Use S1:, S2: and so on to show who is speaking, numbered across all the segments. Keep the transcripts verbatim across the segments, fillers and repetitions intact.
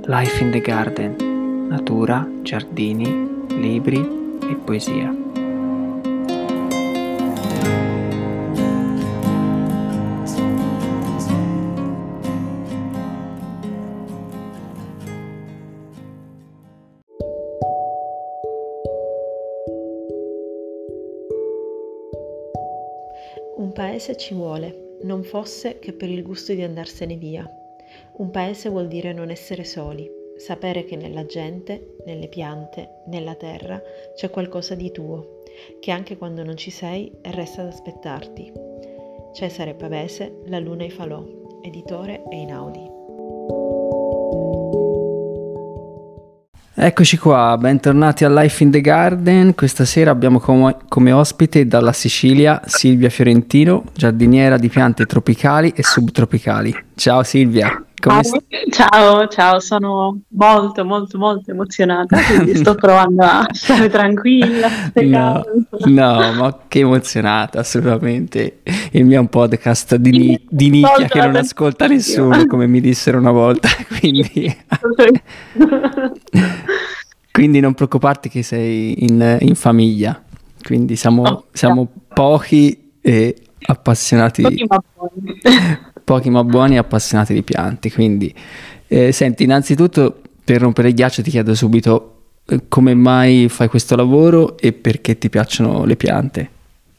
S1: Life in the Garden, natura, giardini, libri e poesia.
S2: Un paese ci vuole, non fosse che per il gusto di andarsene via. Un paese vuol dire non essere soli, sapere che nella gente, nelle piante, nella terra c'è qualcosa di tuo, che anche quando non ci sei resta ad aspettarti. Cesare Pavese, La luna e i falò, editore Einaudi.
S1: Eccoci qua, bentornati a Life in the Garden. Questa sera abbiamo come, come ospite dalla Sicilia Silvia Fiorentino, giardiniera di piante tropicali e subtropicali. Ciao Silvia, come
S3: stai? Ciao, ciao, sono molto molto molto emozionata, quindi sto provando a stare tranquilla.
S1: No, no, ma che emozionata, assolutamente. Il mio è un podcast di, ni- di nicchia che non ascolta nessuno, come mi dissero una volta, quindi... Quindi non preoccuparti che sei in, in famiglia, quindi siamo, oh, siamo pochi e appassionati,
S3: pochi ma buoni,
S1: pochi ma buoni e appassionati di piante. Quindi eh, senti, innanzitutto per rompere il ghiaccio ti chiedo subito eh, come mai fai questo lavoro e perché ti piacciono le piante?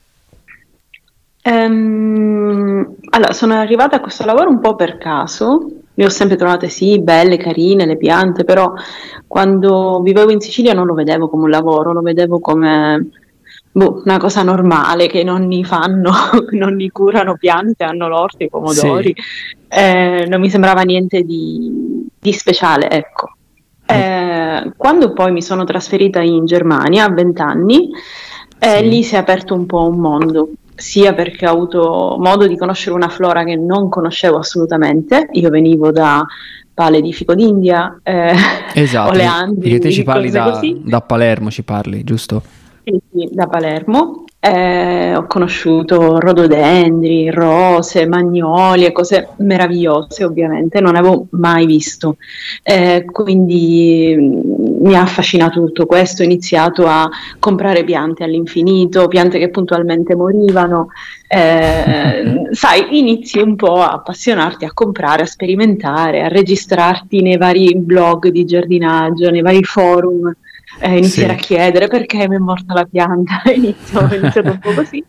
S3: Um, allora, sono arrivata a questo lavoro un po' per caso. Le ho sempre trovate sì, belle, carine le piante, però quando vivevo in Sicilia non lo vedevo come un lavoro, lo vedevo come boh, una cosa normale che i nonni fanno, i nonni curano piante, hanno l'orto, i pomodori, sì. eh, non mi sembrava niente di, di speciale, ecco. Eh, quando poi mi sono trasferita in Germania a vent'anni, eh, sì. lì si è aperto un po' un mondo. Sia perché ho avuto modo di conoscere una flora che non conoscevo assolutamente. Io venivo da Pale di Fico d'India, eh,
S1: esatto,
S3: oleandri,
S1: e te ci parli da, da Palermo, ci parli, giusto?
S3: Sì, sì, da Palermo. Eh, ho conosciuto rododendri, rose, magnolie, cose meravigliose ovviamente, non avevo mai visto, eh, quindi mi ha affascinato tutto questo, ho iniziato a comprare piante all'infinito, piante che puntualmente morivano, eh, sai, inizi un po' a appassionarti, a comprare, a sperimentare, a registrarti nei vari blog di giardinaggio, nei vari forum. Eh, iniziare sì. a chiedere perché mi è morta la pianta, inizio, ho iniziato un po' così,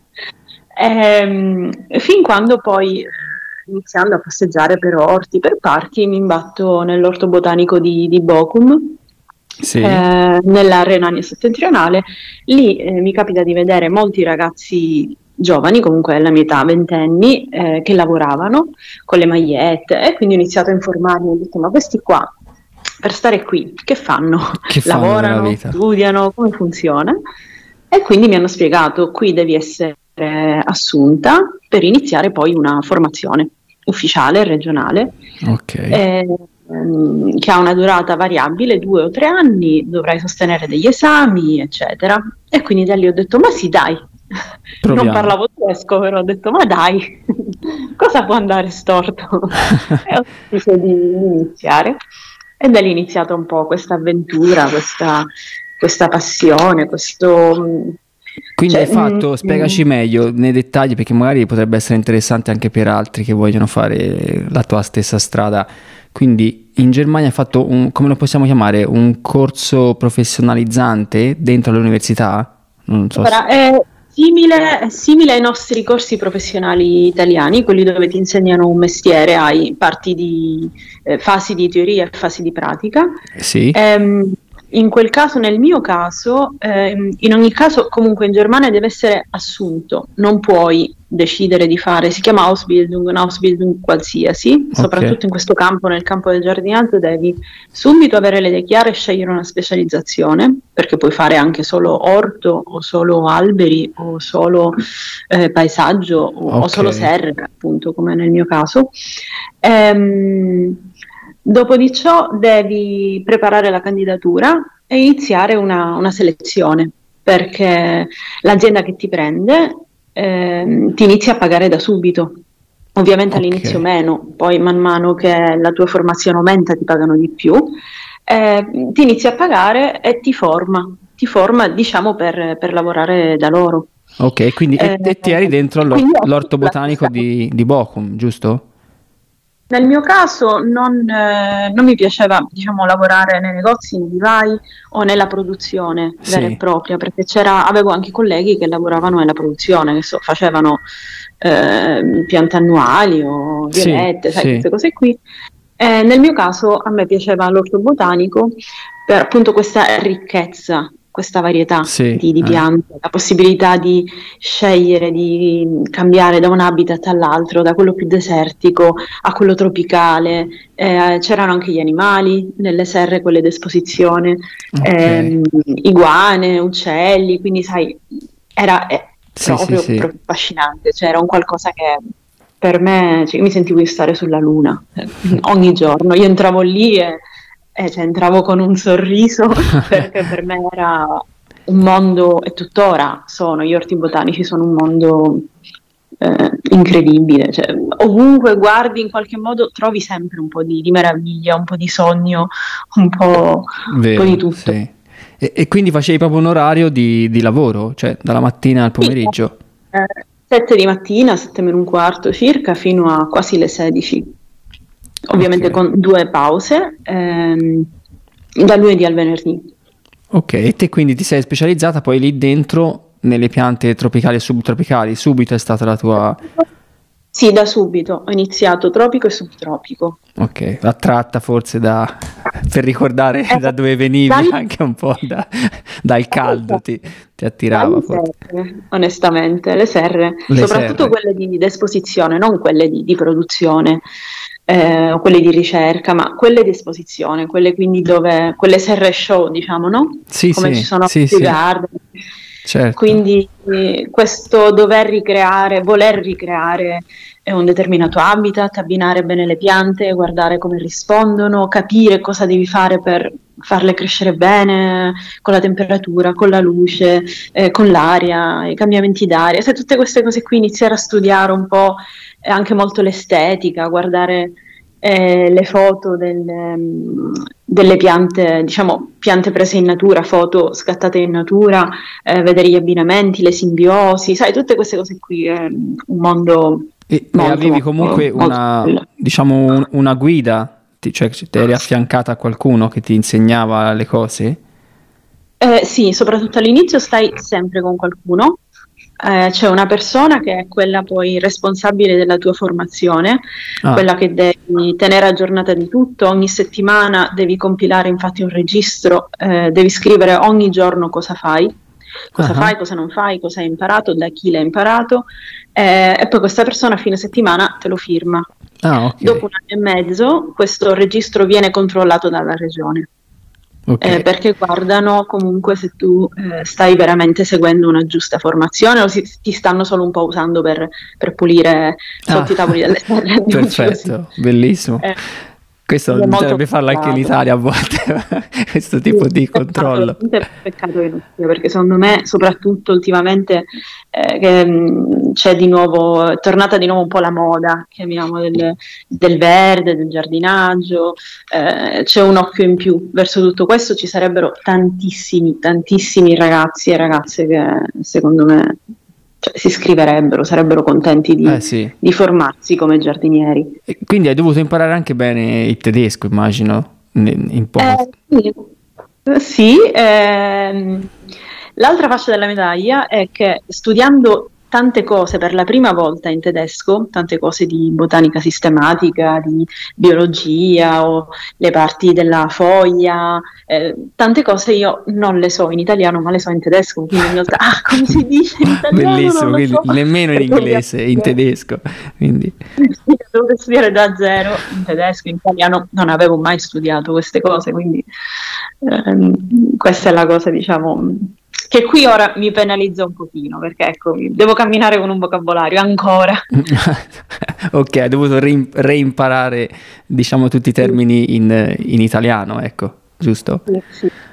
S3: ehm, fin quando poi, iniziando a passeggiare per orti, per parchi, mi imbatto nell'orto botanico di, di Bochum, sì. eh, nella Renania settentrionale. Lì eh, mi capita di vedere molti ragazzi giovani, comunque alla mia età, ventenni, eh, che lavoravano con le magliette, e quindi ho iniziato a informarmi, ho detto ma questi qua per stare qui, che fanno?
S1: Che fanno
S3: lavorano, studiano, come funziona? E quindi mi hanno spiegato, qui devi essere assunta per iniziare poi una formazione ufficiale, regionale,
S1: okay.
S3: eh, ehm, che ha una durata variabile, due o tre anni, dovrai sostenere degli esami, eccetera. E quindi da lì ho detto, ma sì, dai, Proviamo. Non parlavo tedesco, però ho detto, ma dai, cosa può andare storto? E ho deciso di iniziare. E da lì è iniziata un po' questa avventura, questa, questa passione, questo...
S1: Quindi cioè, hai fatto, mh, spiegaci mh. meglio nei dettagli, perché magari potrebbe essere interessante anche per altri che vogliono fare la tua stessa strada. Quindi in Germania hai fatto, un, come lo possiamo chiamare, un corso professionalizzante dentro l'università? Non so
S3: allora,
S1: se...
S3: è simile, è simile ai nostri corsi professionali italiani, quelli dove ti insegnano un mestiere, hai parti di eh, fasi di teoria e fasi di pratica.
S1: Sì.
S3: Ehm, in quel caso, nel mio caso, ehm, in ogni caso comunque in Germania deve essere assunto, non puoi decidere di fare, si chiama Ausbildung, un Ausbildung qualsiasi, okay. Soprattutto in questo campo, nel campo del giardinaggio, devi subito avere le idee chiare e scegliere una specializzazione, perché puoi fare anche solo orto o solo alberi o solo eh, paesaggio o, okay. o solo serre, appunto, come nel mio caso. Ehm, Dopo di ciò devi preparare la candidatura e iniziare una, una selezione, perché l'azienda che ti prende eh, ti inizia a pagare da subito. Ovviamente
S1: Ok,
S3: all'inizio meno, poi man mano che la tua formazione aumenta ti pagano di più, eh, ti inizi a pagare e ti forma, ti forma diciamo per, per lavorare da loro.
S1: ok, quindi e,
S3: Eh,
S1: e ti eri dentro
S3: e
S1: l'or-
S3: quindi ho
S1: l'orto
S3: la
S1: botanico
S3: stessa.
S1: di, di Bochum, giusto?
S3: Nel mio caso non, eh, non mi piaceva, diciamo, lavorare nei negozi, nei vivai o nella produzione vera e
S1: Sì,
S3: propria, perché c'era, avevo anche colleghi che lavoravano nella produzione, che so, facevano eh, piante annuali o
S1: sì,
S3: violette, sai,
S1: sì,
S3: queste cose qui. Eh, nel mio caso a me piaceva l'orto botanico per appunto questa ricchezza, questa varietà
S1: sì,
S3: di, di
S1: eh,
S3: piante, la possibilità di scegliere, di cambiare da un habitat all'altro, da quello più desertico a quello tropicale. Eh, c'erano anche gli animali nelle serre, quelle d'esposizione,
S1: ok,
S3: ehm, iguane, uccelli, quindi sai, era è
S1: sì, sì,
S3: proprio,
S1: sì.
S3: proprio affascinante, cioè era un qualcosa che per me, cioè, io mi sentivo di stare sulla luna eh, ogni giorno, io entravo lì e, e, cioè, entravo con un sorriso perché per me era un mondo, e tuttora sono, gli orti botanici sono un mondo eh, incredibile, cioè, ovunque guardi in qualche modo trovi sempre un po' di, di meraviglia, un po' di sogno, un po', un po' di
S1: Vero,
S3: tutto.
S1: sì. E, e quindi facevi proprio un orario di, di lavoro, cioè dalla mattina al
S3: Sì,
S1: pomeriggio?
S3: eh, sette di mattina, sette meno un quarto circa, fino a quasi le sedici,
S1: Ok,
S3: ovviamente con due pause, ehm, da lunedì al venerdì.
S1: ok. E te quindi ti sei specializzata poi lì dentro nelle piante tropicali e subtropicali, subito è stata la tua...
S3: Sì, da subito, ho iniziato tropico e subtropico.
S1: Ok, attratta forse da... per ricordare da
S3: Esatto,
S1: dove venivi,
S3: dalle,
S1: anche un po' da- dal caldo ti, ti attirava
S3: dalle
S1: forse.
S3: serre, onestamente, le serre,
S1: Le
S3: soprattutto
S1: serre.
S3: quelle di, di esposizione, non quelle di, di produzione eh, o quelle di ricerca, ma quelle di esposizione, quelle quindi dove, quelle serre show, diciamo, no?
S1: Sì,
S3: Come ci
S1: sì,
S3: sono a
S1: sì,
S3: Kew
S1: sì,
S3: Garden.
S1: certo.
S3: Quindi eh, questo dover ricreare, voler ricreare eh, un determinato habitat, abbinare bene le piante, guardare come rispondono, capire cosa devi fare per farle crescere bene, con la temperatura, con la luce, eh, con l'aria, i cambiamenti d'aria, se tutte queste cose qui iniziare a studiare un po' eh, anche molto l'estetica, guardare eh, le foto del, ehm, delle piante, diciamo piante prese in natura, foto scattate in natura, eh, vedere gli abbinamenti, le simbiosi, sai, tutte queste cose qui è un mondo
S1: E, e
S3: molto,
S1: avevi
S3: molto,
S1: comunque
S3: molto
S1: una,
S3: bello.
S1: diciamo, un- una guida, ti- cioè ti eri affiancata a qualcuno che ti insegnava le cose?
S3: Eh, sì, soprattutto all'inizio stai sempre con qualcuno. Eh, c'è una persona che è quella poi responsabile della tua formazione,
S1: Ah,
S3: quella che devi tenere aggiornata di tutto. Ogni settimana devi compilare infatti un registro, eh, devi scrivere ogni giorno cosa fai,
S1: ah,
S3: cosa
S1: ah.
S3: fai, cosa non fai, cosa hai imparato, da chi l'hai imparato, eh, e poi questa persona a fine settimana te lo firma.
S1: Ah, ok,
S3: Dopo un anno e mezzo questo registro viene controllato dalla regione
S1: ok.
S3: eh, perché guardano comunque se tu eh, stai veramente seguendo una giusta formazione o si- ti stanno solo un po' usando per, per pulire
S1: Ah,
S3: sotto i tavoli delle terre, andiamoci così.
S1: perfetto, bellissimo.
S3: Eh,
S1: Questo
S3: quindi è molto
S1: bisognerebbe farlo anche in
S3: complicato.
S1: Italia a volte, questo
S3: Sì,
S1: tipo di
S3: peccato,
S1: controllo.
S3: veramente peccato che non sia, perché secondo me, soprattutto ultimamente, eh, che, mh, c'è di nuovo, è tornata di nuovo un po' la moda, chiamiamo del, del verde, del giardinaggio, eh, c'è un occhio in più verso tutto questo, ci sarebbero tantissimi, tantissimi ragazzi e ragazze che secondo me cioè, si iscriverebbero, sarebbero contenti di,
S1: Eh sì.
S3: di formarsi come giardinieri.
S1: E quindi hai dovuto imparare anche bene il tedesco, immagino, in in poco.
S3: Eh, sì, sì, ehm, l'altra faccia della medaglia è che studiando tante cose per la prima volta in tedesco, tante cose di botanica sistematica, di biologia o le parti della foglia, eh, tante cose io non le so in italiano ma le so in tedesco, quindi ogni volta, ah, come si dice in italiano non
S1: Bellissimo,
S3: lo
S1: quindi
S3: so,
S1: nemmeno in
S3: perché
S1: inglese, in
S3: ovviamente
S1: tedesco. Quindi,
S3: sì, ho dovuto studiare da zero in tedesco, in italiano non avevo mai studiato queste cose, quindi ehm, questa è la cosa, diciamo, che qui ora mi penalizza un pochino, perché ecco, devo camminare con un vocabolario ancora.
S1: ok, hai dovuto rim- reimparare, diciamo, tutti i
S3: Sì,
S1: termini in, in italiano, ecco, giusto?
S3: sì, sì.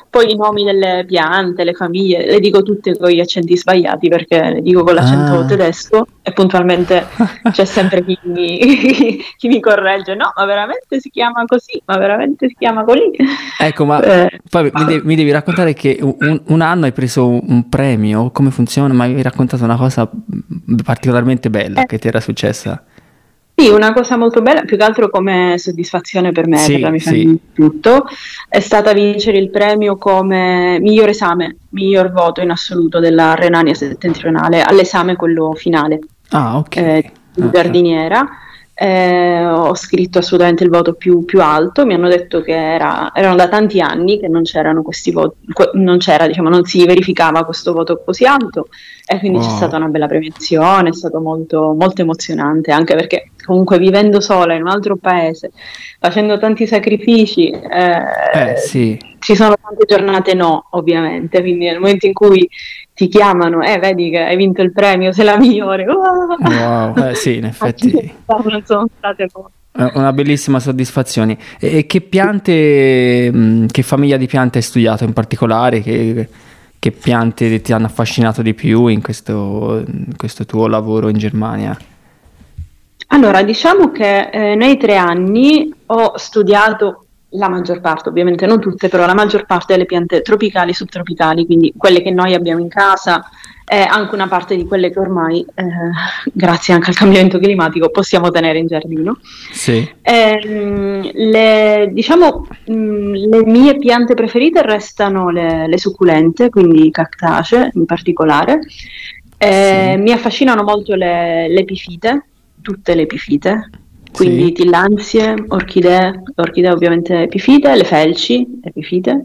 S3: Poi i nomi delle piante, le famiglie, le dico tutte con gli accenti sbagliati perché le dico con l'accento
S1: Ah.
S3: tedesco e puntualmente c'è sempre chi mi, chi mi corregge. No, ma veramente si chiama così, ma veramente si chiama così.
S1: Ecco, ma
S3: Eh,
S1: poi mi devi, mi devi raccontare che un, un anno hai preso un, un premio, come funziona? Mi avevi raccontato una cosa particolarmente bella
S3: eh,
S1: che ti era successa.
S3: Sì, una cosa molto bella, più che altro come soddisfazione per me, per la
S1: Sì,
S3: mia
S1: sì.
S3: famiglia e tutto, è stata vincere il premio come miglior esame, miglior voto in assoluto della Renania Settentrionale, all'esame quello finale
S1: Ah, ok.
S3: eh, di
S1: Ah, ah.
S3: giardiniera. Eh, ho scritto assolutamente il voto più, più alto, mi hanno detto che era- erano da tanti anni che non c'erano questi voti, que- non c'era, diciamo, non si verificava questo voto così alto e quindi c'è stata
S1: Wow.
S3: una bella premiazione, è stato molto, molto emozionante, anche perché comunque vivendo sola in un altro paese, facendo tanti sacrifici,
S1: Eh,
S3: eh,
S1: sì.
S3: ci sono tante giornate no, ovviamente, quindi nel momento in cui ti chiamano, eh, vedi che hai vinto il premio, sei la migliore.
S1: Wow. Eh, sì, in effetti
S3: Non sono state poche.
S1: è una bellissima soddisfazione. E, e che piante, mh, che famiglia di piante hai studiato in particolare? Che, che piante ti hanno affascinato di più in questo, in questo tuo lavoro in Germania?
S3: Allora, diciamo che eh, nei tre anni ho studiato la maggior parte, ovviamente non tutte, però la maggior parte delle piante tropicali e subtropicali, quindi quelle che noi abbiamo in casa e anche una parte di quelle che ormai, eh, grazie anche al cambiamento climatico, possiamo tenere in giardino.
S1: Sì,
S3: Ehm, le, diciamo, mh, le mie piante preferite restano le, le succulente, quindi i cactacee in particolare. Eh,
S1: sì,
S3: mi affascinano molto le, le epifite, tutte le epifite, quindi
S1: sì,
S3: tillandsie, orchidee, orchidee ovviamente epifite, le felci, epifite.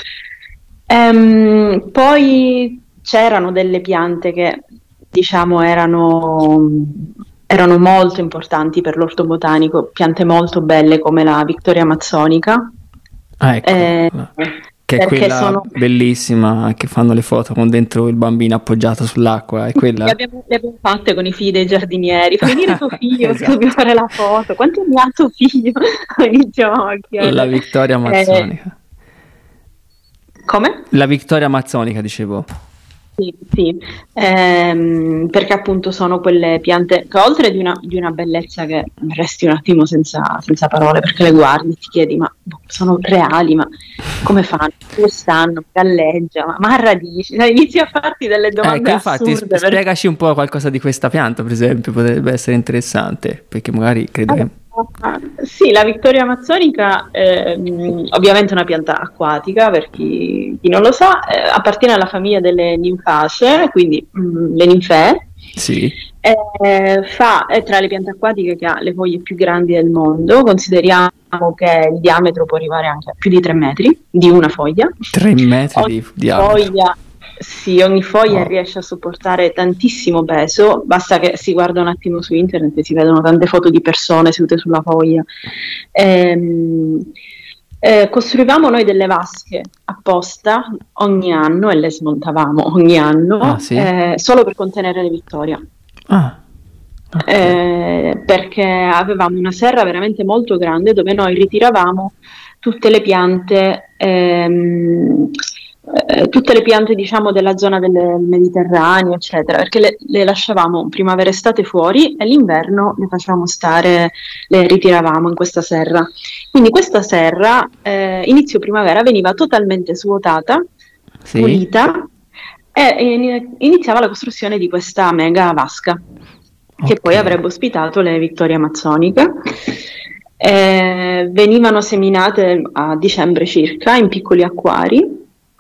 S3: Ehm, poi c'erano delle piante che diciamo erano, erano molto importanti per l'orto botanico, piante molto belle come la Victoria amazzonica,
S1: ah, ecco,
S3: eh,
S1: la- che è
S3: perché
S1: quella
S3: sono
S1: bellissima che fanno le foto con dentro il bambino appoggiato sull'acqua, è
S3: le
S1: quella?
S3: abbiamo, le abbiamo fatte con i figli dei giardinieri. Fai venire tuo figlio, che dobbiamo
S1: Esatto,
S3: fare la foto. Quanti anni ha tuo figlio? Iniziamo a
S1: la
S3: chiedere.
S1: vittoria
S3: Eh,
S1: amazzonica.
S3: come?
S1: La vittoria amazzonica, dicevo.
S3: Sì, sì. Ehm, perché appunto sono quelle piante che oltre di una, di una bellezza che resti un attimo senza, senza parole, perché le guardi e ti chiedi, ma boh, sono reali, ma come fanno? Dove stanno? Galleggia, ma, ma a radici? Cioè, inizi a farti delle domande
S1: Ecco, infatti, sp-
S3: assurde. perché-
S1: spiegaci un po' qualcosa di questa pianta, per esempio, potrebbe essere interessante, perché magari credo che...
S3: Allora, sì, la Victoria amazzonica ehm, ovviamente è una pianta acquatica, per chi, chi non lo sa, eh, appartiene alla famiglia delle ninfacee, quindi mm, le ninfee.
S1: Sì,
S3: Eh, fa, è tra le piante acquatiche che ha le foglie più grandi del mondo. Consideriamo che il diametro può arrivare anche a più di tre metri di una foglia.
S1: tre metri
S3: Ogni
S1: di diametro.
S3: foglia, sì, ogni foglia
S1: Wow.
S3: riesce a sopportare tantissimo peso. Basta che si guarda un attimo su internet e si vedono tante foto di persone sedute sulla foglia. Ehm, eh, costruivamo noi delle vasche apposta ogni anno e le smontavamo ogni anno
S1: Ah, sì?
S3: eh, solo per contenere le vittorie.
S1: Ah, ok.
S3: Eh, perché avevamo una serra veramente molto grande dove noi ritiravamo tutte le piante, ehm, eh, tutte le piante diciamo della zona del Mediterraneo, eccetera, perché le, le lasciavamo primavera estate fuori e l'inverno le facevamo stare, le ritiravamo in questa serra. Quindi questa serra, eh, inizio primavera, veniva totalmente svuotata,
S1: Sì?
S3: pulita e in- iniziava la costruzione di questa mega vasca che poi
S1: Ok.
S3: avrebbe ospitato le vittorie amazzoniche. Eh, venivano seminate a dicembre circa in piccoli acquari.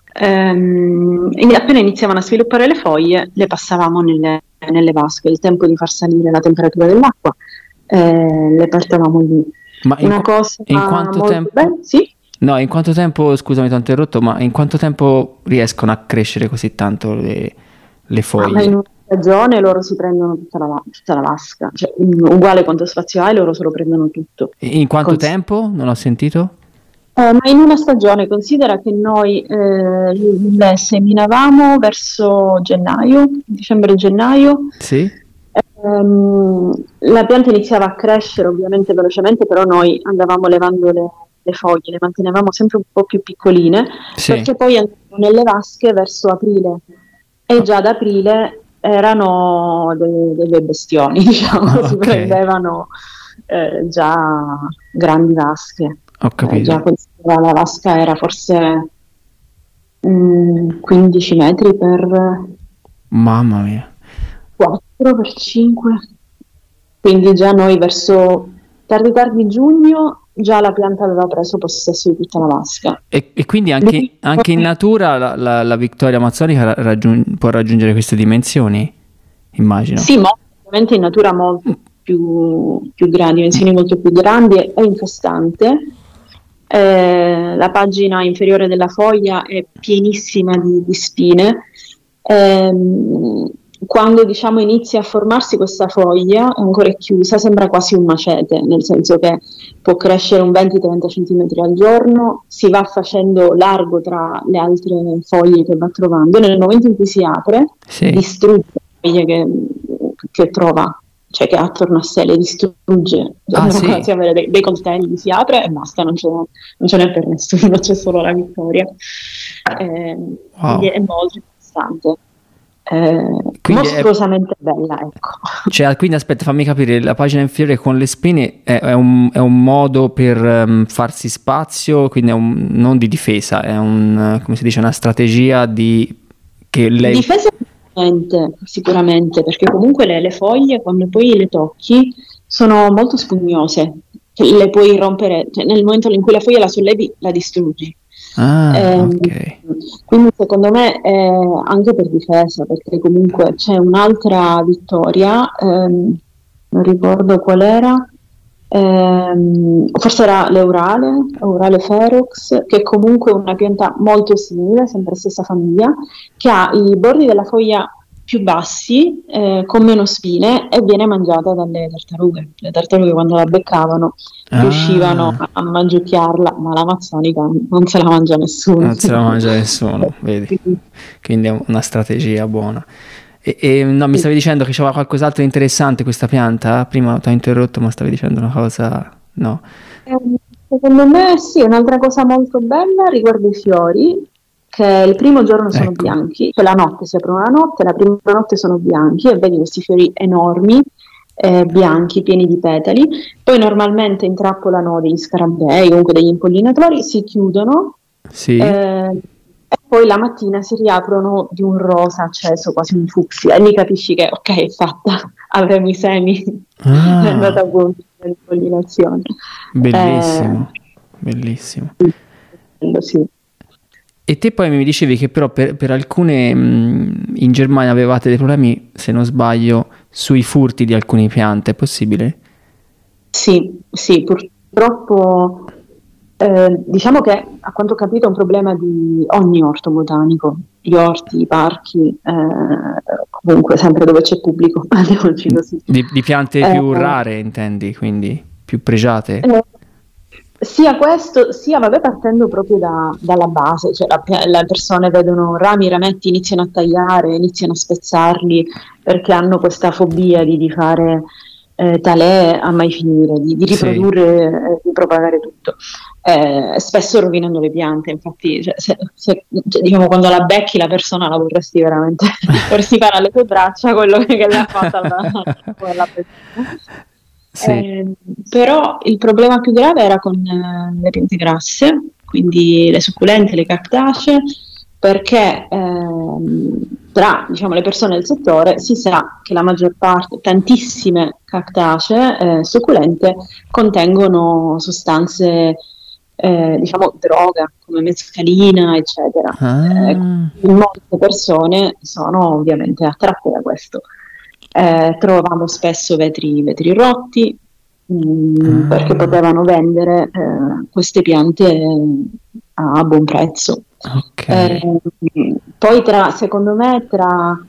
S3: Ehm, e appena iniziavano a sviluppare le foglie, le passavamo nelle, nelle vasche. Il tempo di far salire la temperatura dell'acqua, eh, le portavamo lì.
S1: Ma in,
S3: Una
S1: qu-
S3: cosa
S1: in quanto
S3: molto
S1: tempo...
S3: bella, sì.
S1: No, in quanto tempo, scusami, ti ho interrotto, ma in quanto tempo riescono a crescere così tanto le, le
S3: Ah, ma in
S1: foglie?
S3: una stagione loro si prendono tutta la, va- tutta la vasca, cioè, mm, uguale quanto spazio hai, loro se lo prendono tutto.
S1: In quanto
S3: Cons-
S1: tempo? Non ho sentito?
S3: Eh, ma in una stagione considera che noi eh, le seminavamo verso gennaio, dicembre-gennaio.
S1: Sì?
S3: Ehm, la pianta iniziava a crescere ovviamente velocemente, però noi andavamo levando le, le foglie, le mantenevamo sempre un po' più piccoline,
S1: Sì.
S3: perché poi andavamo nelle vasche verso aprile e già ad aprile erano dei, dei bei bestioni, diciamo,
S1: Ah,
S3: si
S1: ok.
S3: prendevano eh, già grandi vasche.
S1: Ho
S3: Eh,
S1: capito.
S3: già questa, la vasca era forse mm, quindici metri per
S1: Mamma mia.
S3: quattro per cinque, quindi già noi verso tardi tardi giugno già la pianta aveva preso possesso di tutta la vasca.
S1: E, e quindi anche, anche in natura la, la, la vittoria amazzonica ra- raggiun- può raggiungere queste dimensioni? Immagino.
S3: Sì, ma ovviamente in natura molto più, più grandi, dimensioni molto più grandi, è è infestante. Eh, la pagina inferiore della foglia è pienissima di, di spine. Ehm, quando diciamo inizia a formarsi questa foglia, ancora è chiusa, sembra quasi un macete, nel senso che può crescere un venti trenta centimetri al giorno, si va facendo largo tra le altre foglie che va trovando, nel momento in cui si apre,
S1: Sì.
S3: distrugge le foglie che, che trova, cioè che ha attorno a sé, le distrugge.
S1: Ah,
S3: Sembra
S1: sì?
S3: quasi avere dei, dei coltelli, si apre e basta, non ce n'è, non ce n'è per nessuno, c'è solo la vittoria. Eh,
S1: Wow.
S3: quindi è molto interessante. Eh,
S1: Quindi è-
S3: mostruosamente bella, ecco.
S1: Cioè, quindi aspetta, fammi capire, la pagina inferiore con le spine è, è un, è un modo per ehm, farsi spazio, quindi è un, non di difesa, è un, eh, come si dice, una strategia di che lei...
S3: Difesa sicuramente, sicuramente, perché comunque le, le foglie quando poi le tocchi sono molto spugnose, cioè, le puoi rompere, cioè, nel momento in cui la foglia la sollevi la distruggi.
S1: Ah,
S3: Ehm,
S1: ok.
S3: Quindi secondo me è anche per difesa, perché comunque c'è un'altra vittoria, ehm, non ricordo qual era, ehm, forse era l'Eurale, Eurale ferox, che è comunque una pianta molto simile, sempre stessa famiglia, che ha i bordi della foglia più bassi, eh, con meno spine e viene mangiata dalle tartarughe. Le tartarughe quando la beccavano
S1: Ah,
S3: riuscivano a, a mangiucchiarla, ma l'amazzonica non se la mangia nessuno.
S1: non se la mangia nessuno, vedi? Quindi è una strategia buona. E, e, no, mi stavi dicendo che c'era qualcos'altro di interessante questa pianta? Prima ti ho interrotto, ma stavi dicendo una cosa... No.
S3: Ehm, Secondo me sì, un'altra cosa molto bella riguarda i fiori, che il primo giorno sono
S1: Ecco.
S3: bianchi, cioè la notte si aprono la notte, la prima notte sono bianchi e vedi questi fiori enormi, eh, bianchi, pieni di petali, poi normalmente intrappolano degli scarabei, comunque degli impollinatori, si chiudono,
S1: Sì?
S3: eh, e poi la mattina si riaprono di un rosa acceso, quasi un fucsia, e lì capisci che ok, è fatta, avremo i semi, è andata a
S1: Ah,
S3: buon fine l'impollinazione.
S1: bellissimo, bellissimo.
S3: Eh, quello sì.
S1: E te poi mi dicevi che però per, per alcune mh, in Germania avevate dei problemi, se non sbaglio, sui furti di alcune piante, è possibile?
S3: Sì, sì, purtroppo eh, diciamo che a quanto ho capito è un problema di ogni orto botanico, gli orti, i parchi, eh, comunque sempre dove c'è pubblico, andiamoci così.
S1: Di, di piante
S3: Eh,
S1: più rare, intendi, quindi più pregiate?
S3: eh, sia questo, sia vabbè, partendo proprio da- dalla base, cioè la- le persone vedono rami, rametti, iniziano a tagliare, iniziano a spezzarli perché hanno questa fobia di, di fare eh, talè a mai finire, di, di
S1: Sì.
S3: riprodurre e di propagare tutto. Eh, spesso rovinando le piante, infatti, cioè, se- se- cioè, diciamo, quando la becchi la persona la vorresti veramente, vorresti fare alle tue braccia quello che, che le ha fatto alla, alla persona.
S1: Sì.
S3: Eh, però il problema più grave era con eh, le piante grasse, quindi le succulente, le cactacee, perché ehm, tra diciamo, le persone del settore si sa che la maggior parte, tantissime cactacee eh, succulente contengono sostanze, eh, diciamo, droga, come mescalina, eccetera. Eh,
S1: Ah,
S3: molte persone sono ovviamente attratte da questo. Eh, trovavamo spesso vetri, vetri rotti, mh, perché
S1: ah,
S3: potevano vendere eh, queste piante eh, a buon prezzo.
S1: ok.
S3: Eh, poi tra, secondo me, tra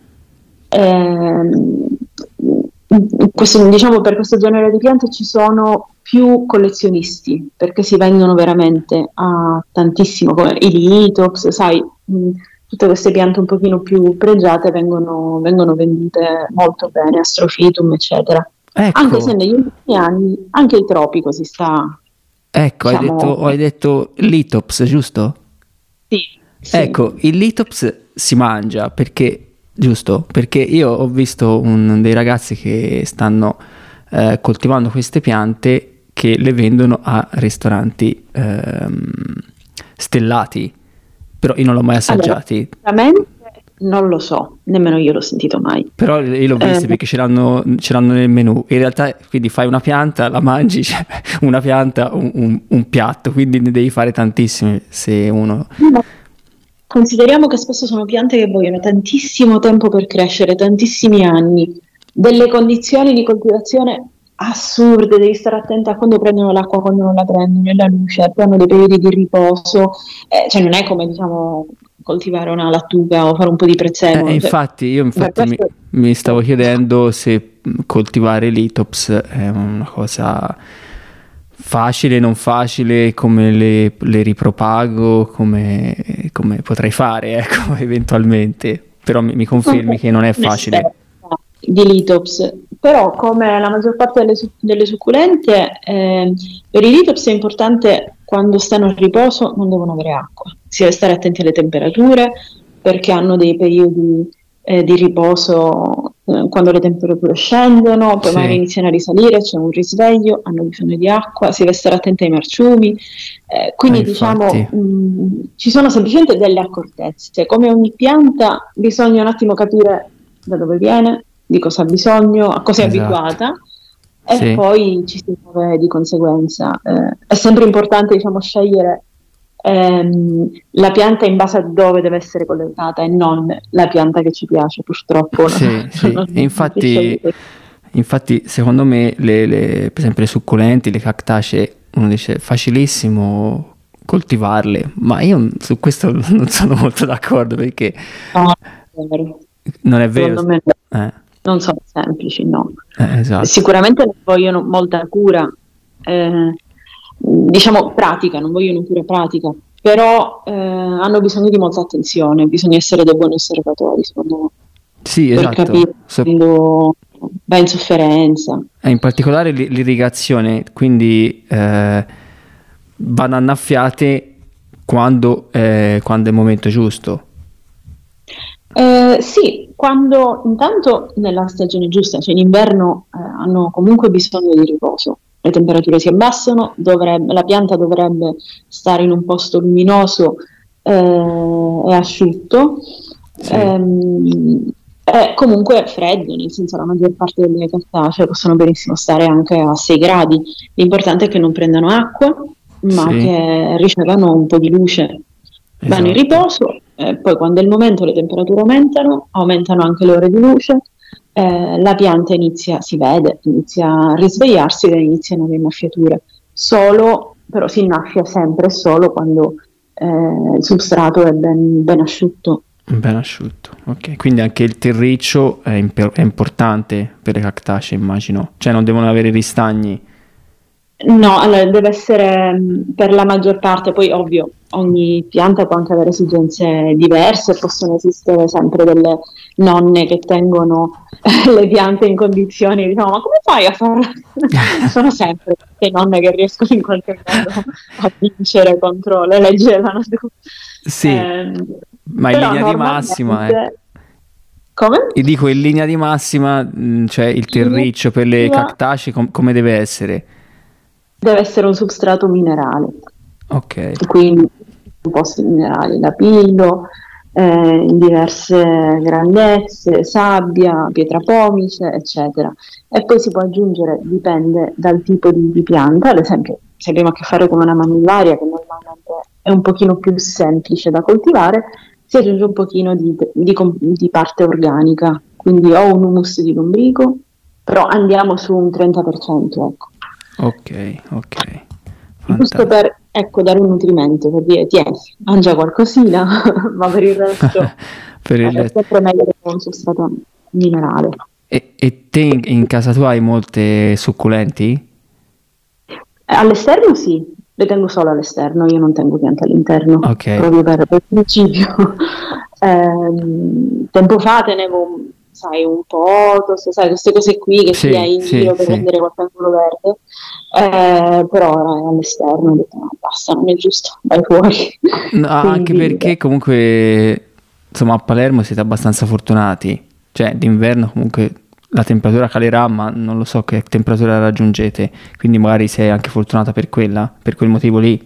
S3: ehm, questo, diciamo, per questo genere di piante ci sono più collezionisti, perché si vendono veramente a tantissimo, come i litops, sai, mh, tutte queste piante un pochino più pregiate vengono, vengono vendute molto bene, Astrophytum, eccetera. Anche se
S1: Ecco,
S3: negli ultimi anni anche il tropico si sta
S1: Ecco, hai
S3: diciamo,
S1: detto, hai detto Litops, giusto?
S3: sì, sì.
S1: Ecco, il Litops si mangia perché, giusto? Perché io ho visto un, dei ragazzi che stanno eh, coltivando queste piante che le vendono a ristoranti ehm, stellati, però io non l'ho mai
S3: Allora,
S1: assaggiati.
S3: veramente non lo so, nemmeno io l'ho sentito mai.
S1: Però io l'ho
S3: Eh,
S1: visto perché ce l'hanno, ce l'hanno nel menù. In realtà, quindi fai una pianta, la mangi, cioè, una pianta, un, un- un piatto, quindi ne devi fare tantissime se uno...
S3: ma consideriamo che spesso sono piante che vogliono tantissimo tempo per crescere, tantissimi anni, delle condizioni di coltivazione assurde, devi stare attenta a quando prendono l'acqua, quando non la prendono, e la luce, poi hanno dei periodi di riposo, eh, cioè non è come diciamo coltivare una lattuga o fare un po' di
S1: Eh, e
S3: prezzemolo, cioè,
S1: infatti io
S3: per
S1: infatti mi,
S3: questo
S1: mi stavo chiedendo se mh, coltivare l'Itops è una cosa facile, non facile, come le, le ripropago, come, come potrei fare, ecco, eventualmente. Però mi, mi
S3: non
S1: confermi
S3: sono
S1: che non è facile.
S3: un'esperta di litops, però come la maggior parte delle, su- delle succulente, eh, per i litops è importante quando stanno a riposo non devono avere acqua, si deve stare attenti alle temperature perché hanno dei periodi eh, di riposo eh, quando le temperature scendono, poi magari
S1: Sì,
S3: iniziano a risalire, c'è un risveglio, hanno bisogno di acqua, si deve stare attenti ai marciumi, eh,
S1: eh,
S3: quindi
S1: infatti,
S3: diciamo mh, ci sono semplicemente delle accortezze, come ogni pianta bisogna un attimo capire da dove viene, di cosa ha bisogno, a cosa è
S1: esatto.
S3: abituata e
S1: Sì,
S3: poi ci si muove di conseguenza. Eh, è sempre importante, diciamo, scegliere ehm, la pianta in base a dove deve essere collocata e non la pianta che ci piace, purtroppo. No?
S1: sì, sì.
S3: Non,
S1: E
S3: non si sceglie
S1: infatti,
S3: così.
S1: infatti, secondo me, le, le- per esempio, le succulenti, le cactacee, uno dice facilissimo coltivarle, ma io su questo non sono molto d'accordo perché
S3: No, è vero.
S1: non è vero.
S3: Secondo me no.
S1: Eh,
S3: Non sono semplici, no.
S1: eh, esatto.
S3: Sicuramente non vogliono molta cura, eh, diciamo pratica, non vogliono cura pratica, però eh, hanno bisogno di molta attenzione, bisogna essere dei buoni osservatori, secondo me,
S1: Sì,
S3: per
S1: esatto.
S3: capire
S1: So-
S3: quando va in sofferenza.
S1: eh, in particolare l'i- l'irrigazione, quindi eh, vanno annaffiate quando, eh, quando è il momento giusto.
S3: Eh, sì, quando intanto nella stagione giusta, cioè in inverno, eh, hanno comunque bisogno di riposo. Le temperature si abbassano, dovrebbe- la pianta dovrebbe stare in un posto luminoso eh, e asciutto,
S1: Sì,
S3: ehm, e comunque freddo, nel senso la maggior parte delle cactacee possono benissimo stare anche a sei gradi. L'importante è che non prendano acqua, ma
S1: sì,
S3: che ricevano un po' di luce. Vanno in
S1: esatto.
S3: riposo, eh, poi quando è il momento le temperature aumentano, aumentano anche le ore di luce, eh, la pianta inizia, si vede, inizia a risvegliarsi e iniziano le innaffiature. Solo, però si innaffia sempre e solo quando eh, il substrato è ben, ben asciutto.
S1: Ben asciutto. Ok, quindi anche il terriccio è, imp- è importante per le cactacee, immagino. Cioè non devono avere ristagni.
S3: No, allora deve essere mh, per la maggior parte, poi ovvio, ogni pianta può anche avere esigenze diverse, possono esistere sempre delle nonne che tengono eh, le piante in condizioni, diciamo, ma come fai a farlo? Ci sono sempre le nonne che riescono in qualche modo a vincere contro le leggi della natura.
S1: Sì,
S3: Ehm,
S1: ma in
S3: però
S1: linea di massima, eh.
S3: normalmente... Come?
S1: E dico in linea di massima, mh, cioè il terriccio per le cactacee com- come deve essere?
S3: Deve essere un substrato minerale.
S1: Ok,
S3: Quindi composti minerali, lapillo, eh, in diverse grandezze, sabbia, pietra pomice, eccetera. E poi si può aggiungere, dipende dal tipo di, di pianta, ad esempio se abbiamo a che fare con una mammillaria che normalmente è un pochino più semplice da coltivare, si aggiunge un pochino di, di com- di parte organica, quindi o un humus di lombrico, però andiamo su un trenta per cento, ecco.
S1: ok, ok.
S3: Giusto
S1: Fantastico.
S3: per, ecco, dare un nutrimento, per dire, tieni, mangia qualcosina, ma per il resto
S1: Per
S3: eh, è
S1: il...
S3: sempre meglio che un substrato minerale.
S1: E, e te in, in casa tua hai molte succulenti?
S3: Eh, All'esterno sì, le tengo solo all'esterno, io non tengo piante all'interno,
S1: Ok,
S3: proprio per, per principio. Ehm, tempo fa tenevo sai, un potos, sai, queste cose qui che
S1: Sì,
S3: ti hai in
S1: sì,
S3: giro per
S1: sì.
S3: rendere qualche angolo verde. Eh, però ora all'esterno ho detto no, basta, non è giusto, vai fuori.
S1: No, anche
S3: Quindi
S1: perché comunque, insomma, a Palermo siete abbastanza fortunati. Cioè, d'inverno comunque la temperatura calerà, ma non lo so che temperatura raggiungete. Quindi magari sei anche fortunata per quella, per quel motivo lì.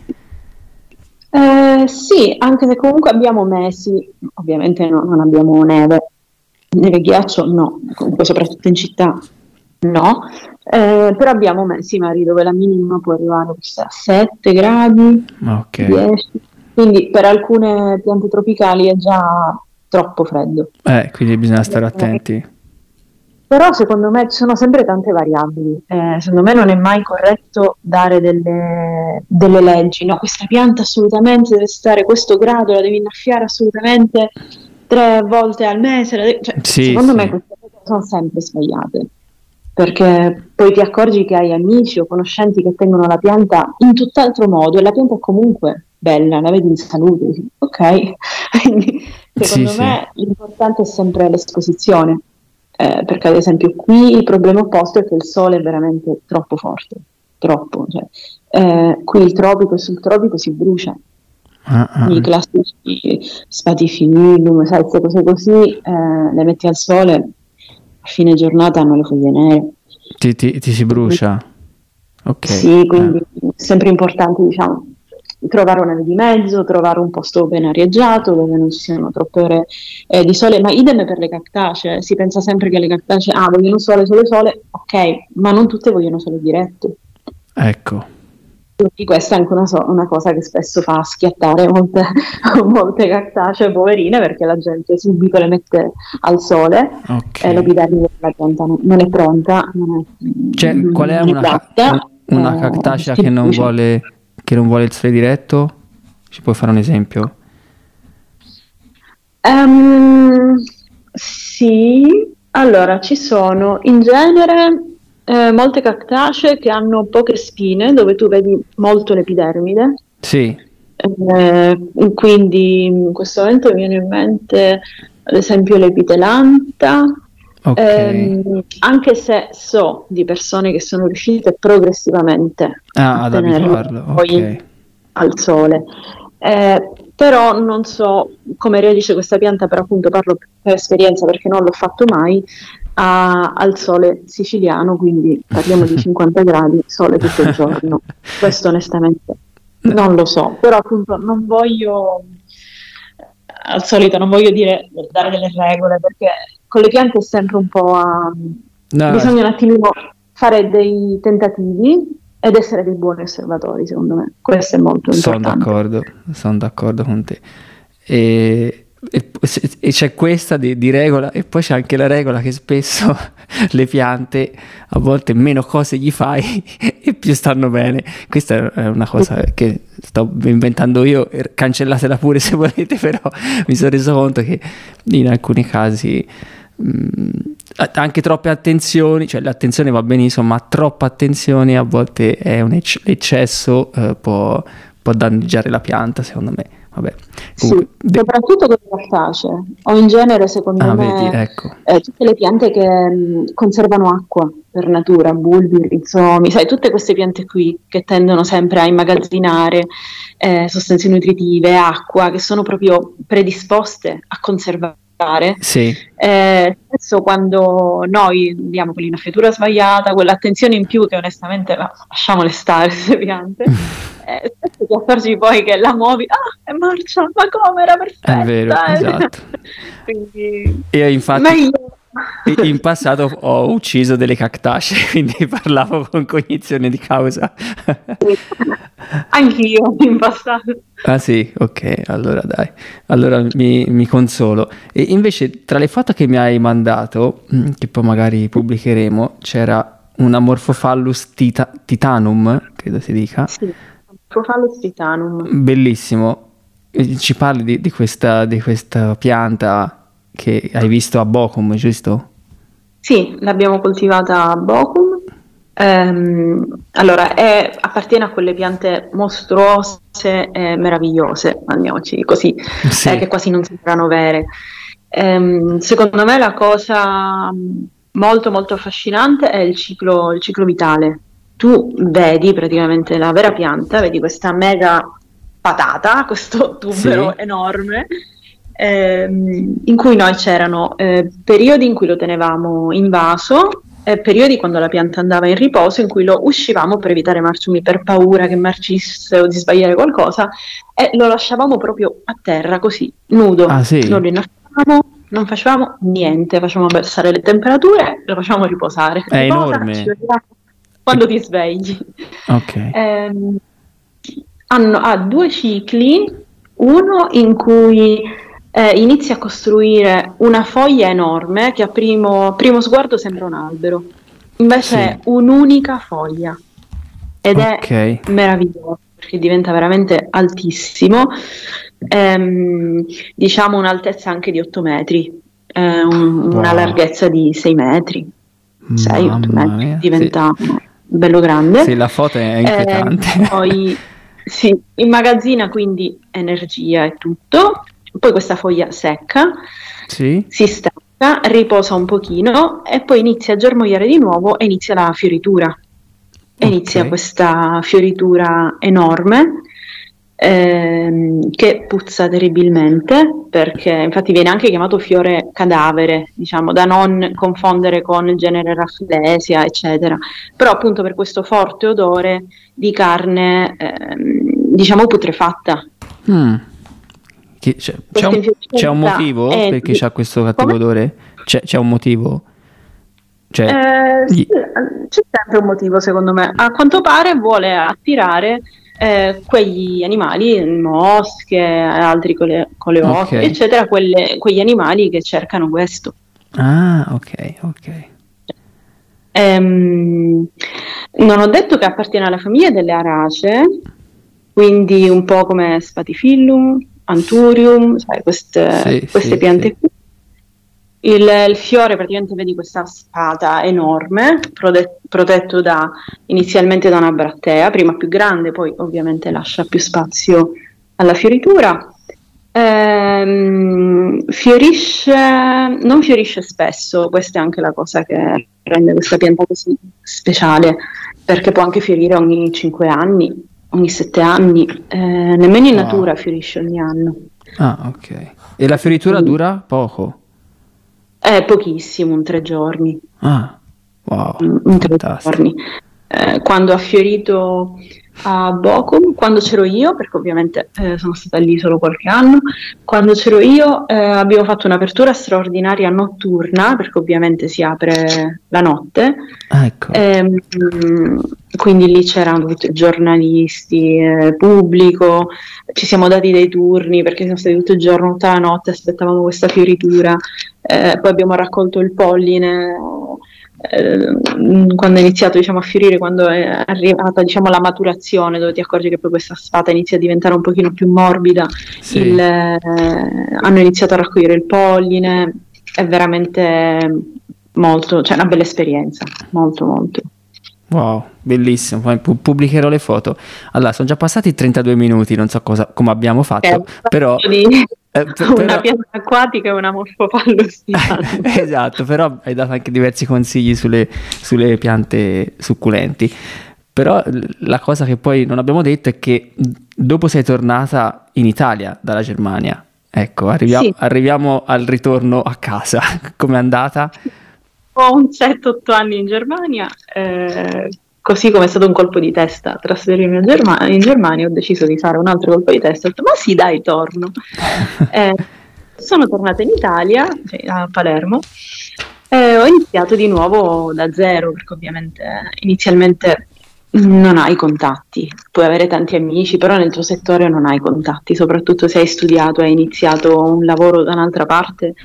S3: eh, sì, anche se comunque abbiamo mesi, ovviamente no- non abbiamo neve, neve e ghiaccio no, comunque soprattutto in città no, eh, però abbiamo mesi mari dove la minima può arrivare forse a sette gradi,
S1: Ok.
S3: dieci, quindi per alcune piante tropicali è già troppo freddo.
S1: Eh, quindi bisogna stare
S3: Eh,
S1: attenti.
S3: Però secondo me ci sono sempre tante variabili. Eh, secondo me non è mai corretto dare delle, delle leggi. No, questa pianta assolutamente deve stare a questo grado, la devi innaffiare assolutamente tre volte al mese. la devi- cioè,
S1: Sì,
S3: secondo me
S1: sì.
S3: queste cose sono sempre sbagliate. Perché poi ti accorgi che hai amici o conoscenti che tengono la pianta in tutt'altro modo e la pianta è comunque bella, la vedi in salute. Dici, ok, quindi
S1: Sì,
S3: secondo
S1: sì.
S3: me l'importante è sempre l'esposizione. Eh, perché ad esempio qui il problema opposto è che il sole è veramente troppo forte, troppo, cioè, eh, qui il tropico e sul tropico si brucia,
S1: Ah, ah,
S3: i
S1: ah.
S3: classici spatifilum, sai, queste cose così, eh, le metti al sole, a fine giornata hanno le foglie nere.
S1: Ti, ti- ti si brucia. Ok.
S3: Sì,
S1: Eh.
S3: quindi è sempre importante, diciamo, trovare una via di mezzo, trovare un posto ben arieggiato dove non ci siano troppe ore eh, di sole, ma idem per le cactacee. Si pensa sempre che le cactacee, ah, vogliono sole, sole, sole, ok, ma non tutte vogliono sole diretto.
S1: Ecco.
S3: Quindi questa è anche una, so- una cosa che spesso fa schiattare molte, molte cactacee poverine perché la gente subito le mette al sole e
S1: Ok.
S3: l'epidermide della pianta non, non è pronta, non è,
S1: Cioè, qual è
S3: non è
S1: una, ca-
S3: adatta,
S1: un- una
S3: eh,
S1: cactacea
S3: si
S1: che non
S3: brucia.
S1: vuole, che non vuole il sole diretto? Ci puoi fare un esempio?
S3: Ehm, sì, allora ci sono in genere eh, molte cactacee che hanno poche spine, dove tu vedi molto l'epidermide.
S1: Sì.
S3: Eh, quindi in questo momento mi viene in mente ad esempio l'epitelanta,
S1: Ok.
S3: ehm, anche se so di persone che sono riuscite progressivamente a
S1: Ah, ad
S3: tenerlo
S1: abituarlo.
S3: poi
S1: Ok.
S3: al sole. Eh, però non so come reagisce questa pianta, però appunto parlo per esperienza perché non l'ho fatto mai a- al sole siciliano, quindi parliamo di cinquanta gradi, sole tutto il giorno. Questo onestamente non lo so, però appunto non voglio, al solito non voglio dire dare delle regole perché con le piante è sempre un po' a...
S1: No,
S3: bisogna un attimino fare dei tentativi ed essere dei buoni osservatori, secondo me. Questo è molto
S1: sono
S3: importante.
S1: d'accordo, sono d'accordo con te. E, e- e c'è questa di, di regola, e poi c'è anche la regola che spesso le piante, a volte meno cose gli fai e più stanno bene. Questa è una cosa che sto inventando io, e cancellatela pure se volete, però mi sono reso conto che in alcuni casi mh, anche troppe attenzioni, cioè l'attenzione va benissimo, ma troppa attenzione a volte è un ecc- eccesso, eh, può, può danneggiare la pianta, secondo me. Vabbè, comunque,
S3: Sì,
S1: de-
S3: soprattutto con le cactacee, o in genere, secondo
S1: ah, vedi,
S3: me,
S1: ecco,
S3: eh, tutte le piante che mh, conservano acqua per natura, bulbi, rizomi, sai, tutte queste piante qui che tendono sempre a immagazzinare eh, sostanze nutritive, acqua, che sono proprio predisposte a conservare.
S1: sì.
S3: Eh, spesso quando noi diamo quell'innaffiatura sbagliata, quell'attenzione in più che onestamente ma, lasciamole stare queste piante, eh, spesso ti accorgi poi che la muovi, ah, è marcia, ma come era
S1: È vero,
S3: perfetta!
S1: esatto.
S3: Quindi
S1: Io infatti
S3: meglio.
S1: in passato ho ucciso delle cactacee, quindi parlavo con cognizione di causa.
S3: Anch'io in passato.
S1: Ah sì, ok, allora dai, allora mi, mi consolo. E invece tra le foto che mi hai mandato, mm, che poi magari pubblicheremo, c'era un Amorphophallus tita- titanum, credo si dica,
S3: Sì, Prophallus titanum.
S1: bellissimo. E ci parli di, di questa, di questa pianta che hai visto a Bochum, giusto?
S3: Sì, l'abbiamo coltivata a Bochum. Ehm, allora, è- appartiene a quelle piante mostruose e meravigliose, andiamoci così, eh,
S1: Sì,
S3: che quasi non sembrano vere. Ehm, secondo me la cosa molto molto affascinante è il ciclo, il ciclo vitale. Tu vedi praticamente la vera pianta, vedi questa mega patata, questo tubero
S1: Sì.
S3: enorme, ehm, in cui noi c'erano eh, periodi in cui lo tenevamo in vaso e periodi quando la pianta andava in riposo in cui lo uscivamo per evitare marciumi, per paura che marcisse o di sbagliare qualcosa, e lo lasciavamo proprio a terra così, nudo,
S1: Ah,
S3: non
S1: sì?
S3: lo innaffiavamo, non facevamo niente, facevamo abbassare le temperature, lo facevamo riposare.
S1: È
S3: Riposa, ci
S1: enorme.
S3: vediamo
S1: E-
S3: quando ti svegli.
S1: Ok.
S3: Ehm, hanno, ha due cicli, uno in cui eh, inizia a costruire una foglia enorme che a primo, primo sguardo sembra un albero, invece
S1: Sì.
S3: è un'unica foglia ed
S1: Ok.
S3: è meraviglioso perché diventa veramente altissimo, ehm, diciamo un'altezza anche di otto metri, eh, un- una
S1: Wow.
S3: larghezza di sei metri, sei otto
S1: Mamma
S3: metri,
S1: mia. Sì.
S3: diventa bello grande.
S1: Sì, la foto è
S3: Eh,
S1: inquietante.
S3: poi si immagazzina quindi energia e tutto, poi questa foglia secca,
S1: Sì?
S3: si stacca, riposa un pochino e poi inizia a germogliare di nuovo e inizia la fioritura. E inizia
S1: Ok.
S3: questa fioritura enorme ehm, che puzza terribilmente perché infatti viene anche chiamato fiore cadavere, diciamo, da non confondere con il genere Rafflesia, eccetera. Però appunto per questo forte odore di carne, ehm, diciamo, putrefatta.
S1: Mm. Che- C'è, c'è
S3: Questa
S1: un, c'è un
S3: infiorescenza
S1: motivo
S3: è...
S1: perché c'ha questo cattivo
S3: Come?
S1: odore? C'è, c'è un motivo? Cioè,
S3: Eh, sì,
S1: gli-
S3: c'è sempre un motivo secondo me. A quanto pare vuole attirare eh, quegli animali, mosche, altri con le, con le
S1: ok.
S3: oche, eccetera, quelle- quegli animali che cercano questo.
S1: Ah, ok, ok.
S3: Ehm, non ho detto che appartiene alla famiglia delle arace, quindi un po' come Spatifillum, Anthurium, sai, queste,
S1: Sì,
S3: queste
S1: sì, sì.
S3: piante qui. Il, il fiore praticamente vedi questa spada enorme, prode- protetto da, inizialmente da una brattea, prima più grande, poi ovviamente lascia più spazio alla fioritura. Ehm, fiorisce, non fiorisce spesso, questa è anche la cosa che rende questa pianta così speciale, perché può anche fiorire ogni cinque anni, ogni sette anni, eh, nemmeno in
S1: Wow.
S3: natura fiorisce ogni anno.
S1: Ah, ok. E la fioritura dura poco?
S3: È pochissimo, un tre giorni.
S1: Ah, wow,
S3: in in tre
S1: fantastico.
S3: giorni. Eh, quando ha fiorito a Bochum, quando c'ero io, perché ovviamente eh, sono stata lì solo qualche anno, quando c'ero io eh, abbiamo fatto un'apertura straordinaria notturna, perché ovviamente si apre la notte,
S1: Ah, ecco.
S3: ehm, quindi lì c'erano tutti i giornalisti, eh, pubblico, ci siamo dati dei turni perché siamo stati tutto il giorno, tutta la notte, aspettavamo questa fioritura, eh, poi abbiamo raccolto il polline eh, quando è iniziato diciamo, a fiorire, quando è arrivata diciamo, la maturazione, dove ti accorgi che poi questa spada inizia a diventare un pochino più morbida,
S1: Sì.
S3: il, eh, hanno iniziato a raccogliere il polline, è veramente molto, cioè una bella esperienza, molto molto.
S1: Wow, bellissimo. Poi pu- pubblicherò le foto. Allora, sono già passati trentadue minuti, non so cosa, come abbiamo fatto,
S3: È
S1: però...
S3: di
S1: eh, pe-
S3: una
S1: però-
S3: pianta acquatica e una morfopallosidale.
S1: Esatto, però hai dato anche diversi consigli sulle, sulle piante succulenti. Però l- la cosa che poi non abbiamo detto è che dopo sei tornata in Italia dalla Germania. Ecco, arrivia-
S3: Sì.
S1: arriviamo al ritorno a casa. Com'è andata?
S3: Ho un sette otto anni in Germania, eh, così come è stato un colpo di testa trasferirmi a Germa- in Germania, ho deciso di fare un altro colpo di testa, ho detto, ma sì dai, torno. Eh, sono tornata in Italia, cioè, a Palermo, e ho iniziato di nuovo da zero, perché ovviamente inizialmente non hai contatti, puoi avere tanti amici, però nel tuo settore non hai contatti, soprattutto se hai studiato e hai iniziato un lavoro da un'altra parte.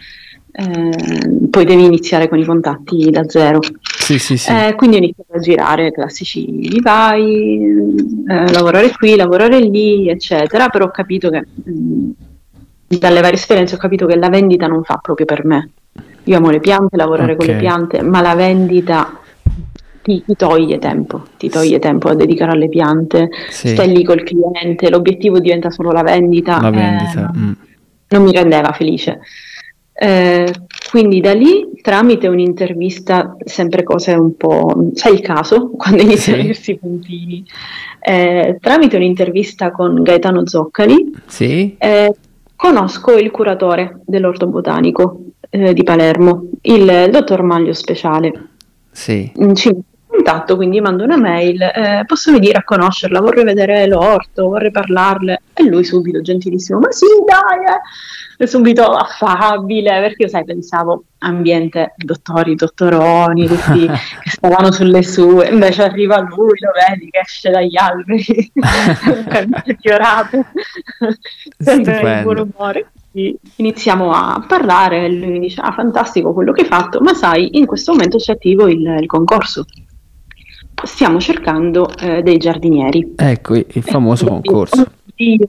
S3: Eh, poi devi iniziare con i contatti da zero.
S1: Sì, sì, sì.
S3: Eh, quindi ho iniziato a girare classici vivai, eh, lavorare qui, lavorare lì, eccetera, però ho capito che mh, dalle varie esperienze ho capito che la vendita non fa proprio per me. Io amo le piante, lavorare con le
S1: Ok.
S3: piante, ma la vendita ti, ti toglie tempo, ti toglie tempo a dedicare alle piante,
S1: Sì.
S3: stai lì col cliente, l'obiettivo diventa solo la vendita,
S1: La
S3: eh,
S1: vendita.
S3: non,
S1: mm.
S3: non mi rendeva felice. Eh, quindi da lì, tramite un'intervista, sempre cose un po', sai il caso, quando iniziano a
S1: Sì,
S3: dirsi i puntini, eh, tramite un'intervista con Gaetano Zoccali,
S1: sì,
S3: eh, conosco il curatore dell'Orto Botanico eh, di Palermo, il, il dottor Maglio Speciale.
S1: sì.
S3: Mm, Ci metto in contatto, quindi mando una mail, eh, posso venire a conoscerla, vorrei vedere l'orto, vorrei parlarle. E lui subito, gentilissimo, ma sì, dai, eh. E subito affabile, perché io sai, pensavo ambiente dottori, dottoroni, tutti che stavano sulle sue, invece arriva lui, lo vedi che esce dagli alberi, camicie fiorate, sempre in buon
S1: Stupendo.
S3: umore. Quindi iniziamo a parlare e lui mi dice, ah, fantastico quello che hai fatto, ma sai, in questo momento c'è attivo il, il concorso. Stiamo cercando eh, dei giardinieri.
S1: Ecco il il famoso concorso.
S3: Oddio.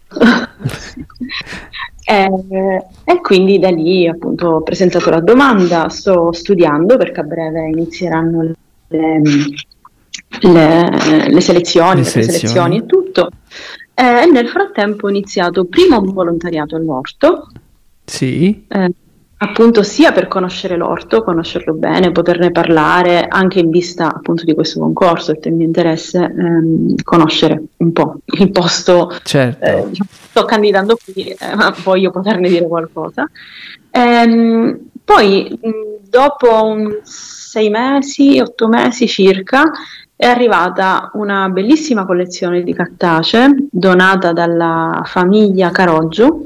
S3: Eh, e quindi da lì appunto ho presentato la domanda, sto studiando perché a breve inizieranno le, le- le selezioni,
S1: Le
S3: le preselezioni
S1: selezioni.
S3: e tutto. Eh, E nel frattempo ho iniziato prima un volontariato all'orto,
S1: Sì,
S3: eh, appunto sia per conoscere l'orto, conoscerlo bene, poterne parlare anche in vista appunto di questo concorso, perché mi interessa ehm, conoscere un po' il posto, eh,
S1: certo.
S3: diciamo, sto candidando qui, eh, ma voglio poterne dire qualcosa. Ehm, poi mh, dopo un sei mesi, otto mesi circa, è arrivata una bellissima collezione di cartacee donata dalla famiglia Caroggio.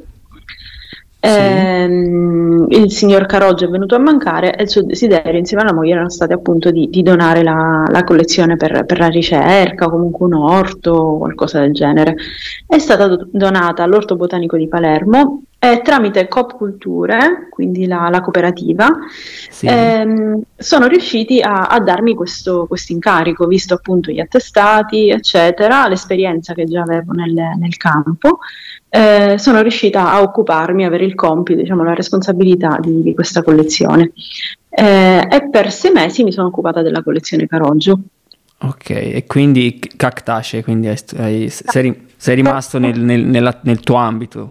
S1: Sì,
S3: Ehm, il signor Caroggio è venuto a mancare e il suo desiderio insieme alla moglie erano stati appunto di, di donare la, la collezione per, per la ricerca, comunque un orto o qualcosa del genere. È stata do- donata all'Orto Botanico di Palermo e tramite Coop Culture, quindi la, la cooperativa,
S1: sì,
S3: ehm, sono riusciti a, a darmi questo incarico, visto appunto gli attestati, eccetera, l'esperienza che già avevo nel, nel campo. Eh, sono riuscita a occuparmi, avere il compito, diciamo, la responsabilità di, di questa collezione. Eh, e per sei mesi mi sono occupata della collezione Caroggio.
S1: ok. E quindi c- cactacee, quindi hai st- hai- sei, ri- sei rimasto nel, nel- nella- nel tuo ambito.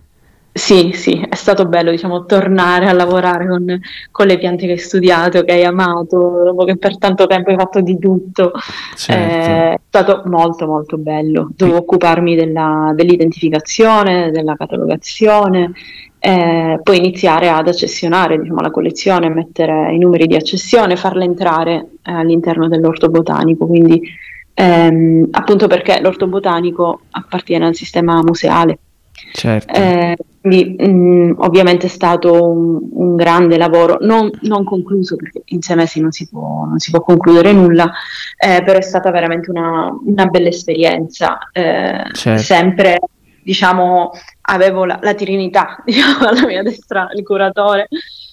S3: Sì, sì, è stato bello, diciamo, tornare a lavorare con, con le piante che hai studiato, che hai amato, dopo che per tanto tempo hai fatto di tutto.
S1: Certo.
S3: Eh, È stato molto, molto bello. Dovevo
S1: Qui-
S3: occuparmi della- dell'identificazione, della catalogazione, eh, poi iniziare ad accessionare, diciamo, la collezione, mettere i numeri di accessione, farla entrare eh, all'interno dell'orto botanico. Quindi, ehm, appunto perché l'orto botanico appartiene al sistema museale.
S1: certo.
S3: Eh, quindi mh, ovviamente è stato un, un grande lavoro, non, non concluso perché in sei mesi non si può, non si può concludere nulla, eh, però è stata veramente una, una bella esperienza. Eh,
S1: Certo.
S3: sempre, diciamo, avevo la, la Trinità, diciamo, alla mia destra, il curatore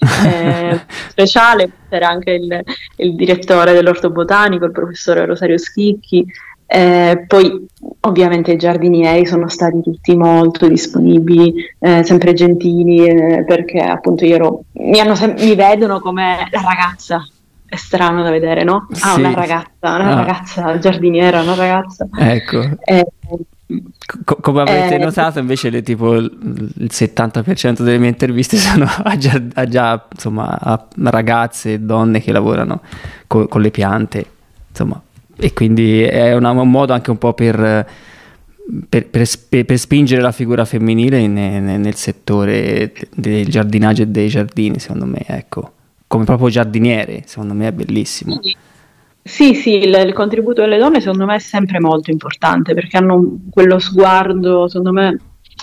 S3: eh, speciale, c'era anche il, il direttore dell'Orto Botanico, il professore Rosario Schicchi. Eh, poi ovviamente i giardinieri sono stati tutti molto disponibili, eh, sempre gentili, eh, perché appunto io ero, mi, hanno sem- mi vedono come la ragazza, è strano da vedere, no? Ah, una
S1: Sì.
S3: ragazza, una
S1: Ah,
S3: ragazza giardiniera, una ragazza.
S1: ecco.
S3: Eh,
S1: Co- come avrete
S3: eh,
S1: notato, invece, le, tipo il il settanta per cento delle mie interviste sono a già, a già, insomma, a ragazze e donne che lavorano co- con le piante, insomma, e quindi è una- un modo anche un po' per, per, per sp- per spingere la figura femminile ne- ne- nel settore del giardinaggio e dei giardini, secondo me, ecco, come proprio giardiniere, secondo me è bellissimo.
S3: Sì, sì, il, il contributo delle donne secondo me è sempre molto importante perché hanno quello sguardo, secondo me,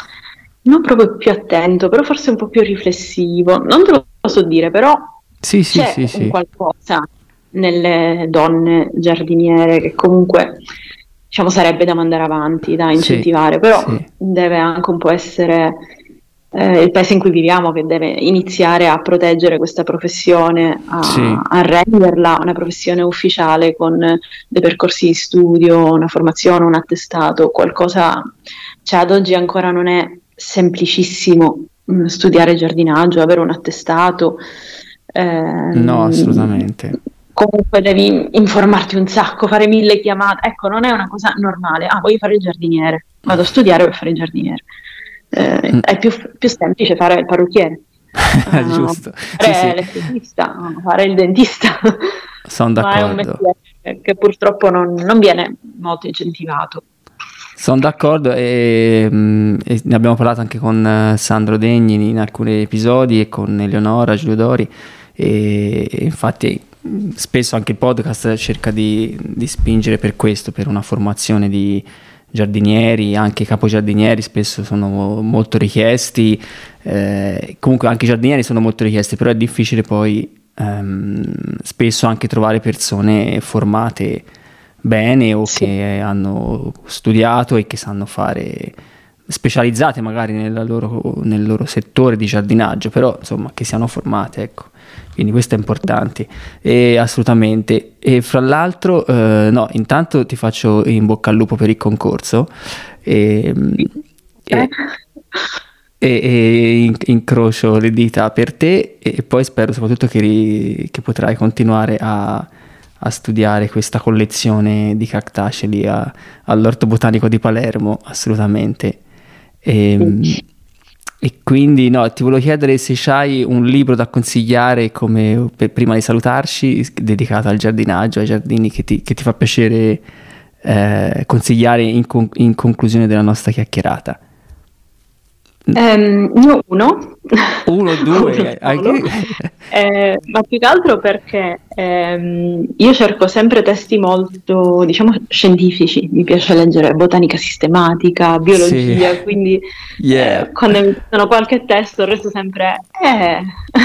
S3: non proprio più attento, però forse un po' più riflessivo. Non te lo so dire, però
S1: Sì, sì,
S3: c'è
S1: sì,
S3: un
S1: sì,
S3: qualcosa nelle donne giardiniere che comunque, diciamo, sarebbe da mandare avanti, da
S1: sì,
S3: incentivare, però
S1: sì,
S3: deve anche un po' essere eh, il paese in cui viviamo che deve iniziare a proteggere questa professione, a,
S1: sì.
S3: a renderla una professione ufficiale con dei percorsi di studio, una formazione, un attestato, qualcosa, cioè ad oggi ancora non è semplicissimo mh, studiare giardinaggio, avere un attestato.
S1: No,
S3: ehm,
S1: assolutamente.
S3: Comunque devi informarti un sacco, fare mille chiamate. Ecco, non è una cosa normale. Ah, voglio fare il giardiniere, vado a studiare per fare il giardiniere. Eh,
S1: Mm.
S3: è più, più semplice fare il parrucchiere. uh,
S1: Giusto. Sì,
S3: fare
S1: sì,
S3: l'estetista, fare il dentista,
S1: sono
S3: ma è un
S1: d'accordo.
S3: mestiere che purtroppo non, non viene molto incentivato.
S1: Sono d'accordo e, mm, e ne abbiamo parlato anche con eh, Sandro Degni in alcuni episodi e con Eleonora Giulio Dori e, e infatti mm, spesso anche il podcast cerca di, di spingere per questo, per una formazione di giardinieri, anche capogiardinieri spesso sono molto richiesti, eh, comunque anche i giardinieri sono molto richiesti, però è difficile poi ehm, spesso anche trovare persone formate bene o
S3: Sì.
S1: che hanno studiato e che sanno fare, specializzate magari nella loro- nel loro settore di giardinaggio, però insomma che siano formate, ecco. Quindi questo è importante, e assolutamente. E fra l'altro, eh, no, intanto ti faccio in bocca al lupo per il concorso e,
S3: Eh?
S1: e- e- e in- incrocio le dita per te e poi spero soprattutto che, ri- che potrai continuare a, a studiare questa collezione di cactacei lì a- all'Orto Botanico di Palermo, assolutamente. E, e quindi no, ti volevo chiedere se c'hai un libro da consigliare come per- prima di salutarci, dedicato al giardinaggio, ai giardini che ti, che ti fa piacere eh, consigliare in, con- in conclusione della nostra chiacchierata.
S3: Ehm, io uno,
S1: Uno,
S3: uno
S1: due,
S3: solo,
S1: anche...
S3: eh, ma più che altro perché ehm, io cerco sempre testi molto, diciamo, scientifici, mi piace leggere botanica sistematica,
S1: Sì,
S3: biologia, quindi
S1: yeah.
S3: eh, quando mi chiedono qualche testo resto sempre, eh.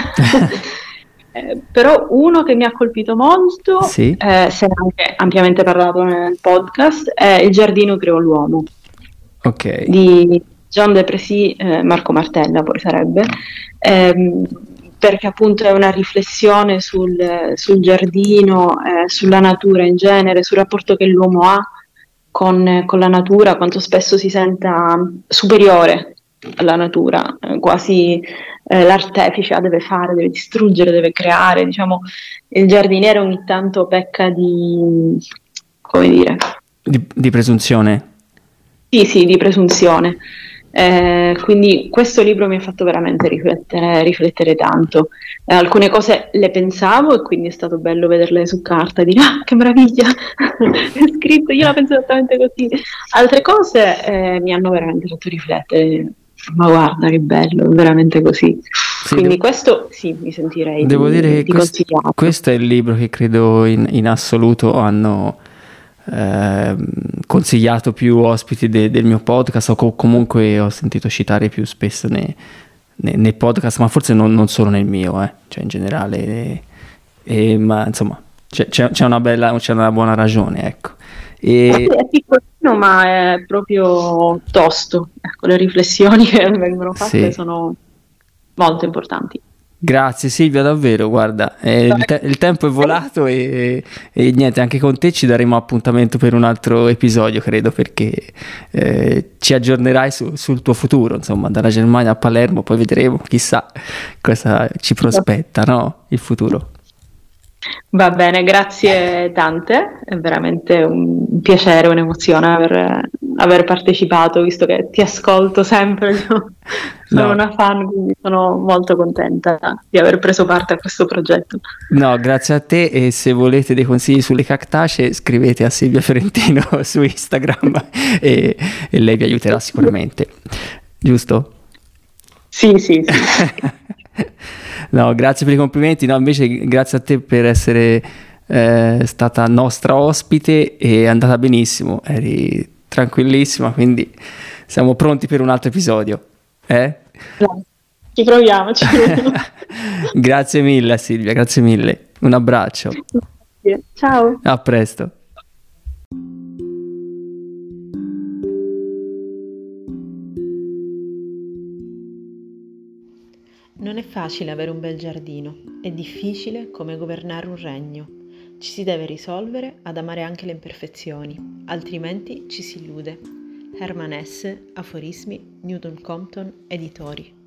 S3: Eh, però uno che mi ha colpito molto,
S1: Sì,
S3: eh, se ne è anche ampiamente parlato nel podcast, è Il giardino creò l'uomo
S1: ok.
S3: di John de Pressy, eh, Marco Martella poi sarebbe, ehm, perché appunto è una riflessione sul, sul giardino, eh, sulla natura in genere, sul rapporto che l'uomo ha con, con la natura, quanto spesso si senta superiore alla natura, eh, quasi eh, l'artefice ah, deve fare, deve distruggere, deve creare, diciamo, il giardiniere ogni tanto pecca di, come dire,
S1: Di, di presunzione.
S3: sì, sì, di presunzione. Eh, quindi questo libro mi ha fatto veramente riflettere, riflettere tanto. Eh, alcune cose le pensavo e quindi è stato bello vederle su carta e dire ah, che meraviglia, è scritto, io la penso esattamente così. Altre cose eh, mi hanno veramente fatto riflettere, ma guarda che bello, veramente così.
S1: Sì,
S3: Quindi
S1: devo,
S3: questo sì, mi sentirei
S1: devo dire
S3: di,
S1: che
S3: di
S1: quest-
S3: consigliarlo.
S1: questo è il libro che credo in, in assoluto hanno ehm, consigliato più ospiti de- del mio podcast o co- comunque ho sentito citare più spesso nei, nei- nei podcast, ma forse non, non solo nel mio, eh, cioè in generale. E- e- ma insomma, c'è, c'è- c'è una bella, c'è una buona ragione, ecco.
S3: Sì,
S1: E
S3: è piccolino, ma è proprio tosto. Ecco, le riflessioni che vengono fatte
S1: sì.
S3: sono molto importanti.
S1: Grazie Silvia, davvero, guarda, eh, il, te- il tempo è volato e, e niente, anche con te ci daremo appuntamento per un altro episodio, credo, perché eh, ci aggiornerai su- sul tuo futuro, insomma, dalla Germania a Palermo, poi vedremo, chissà cosa ci prospetta, no? Il futuro.
S3: Va bene, grazie tante, è veramente un piacere, un'emozione aver, aver partecipato, visto che ti ascolto sempre, io sono
S1: No,
S3: una fan, quindi sono molto contenta di aver preso parte a questo progetto.
S1: no, grazie a te e se volete dei consigli sulle cactacee scrivete a Silvia Fiorentino su Instagram e, e lei vi aiuterà sicuramente, giusto?
S3: Sì, sì, sì.
S1: No, grazie per i complimenti. No, invece grazie a te per essere eh, stata nostra ospite e è andata benissimo. Eri tranquillissima, quindi siamo pronti per un altro episodio. Eh?
S3: Dai, ci proviamo, ci proviamo.
S1: Grazie mille Silvia, grazie mille. Un abbraccio.
S3: Ciao.
S1: A presto.
S2: Non è facile avere un bel giardino, è difficile come governare un regno. Ci si deve risolvere ad amare anche le imperfezioni, altrimenti ci si illude. Hermann Hesse, Aforismi, Newton Compton, Editori.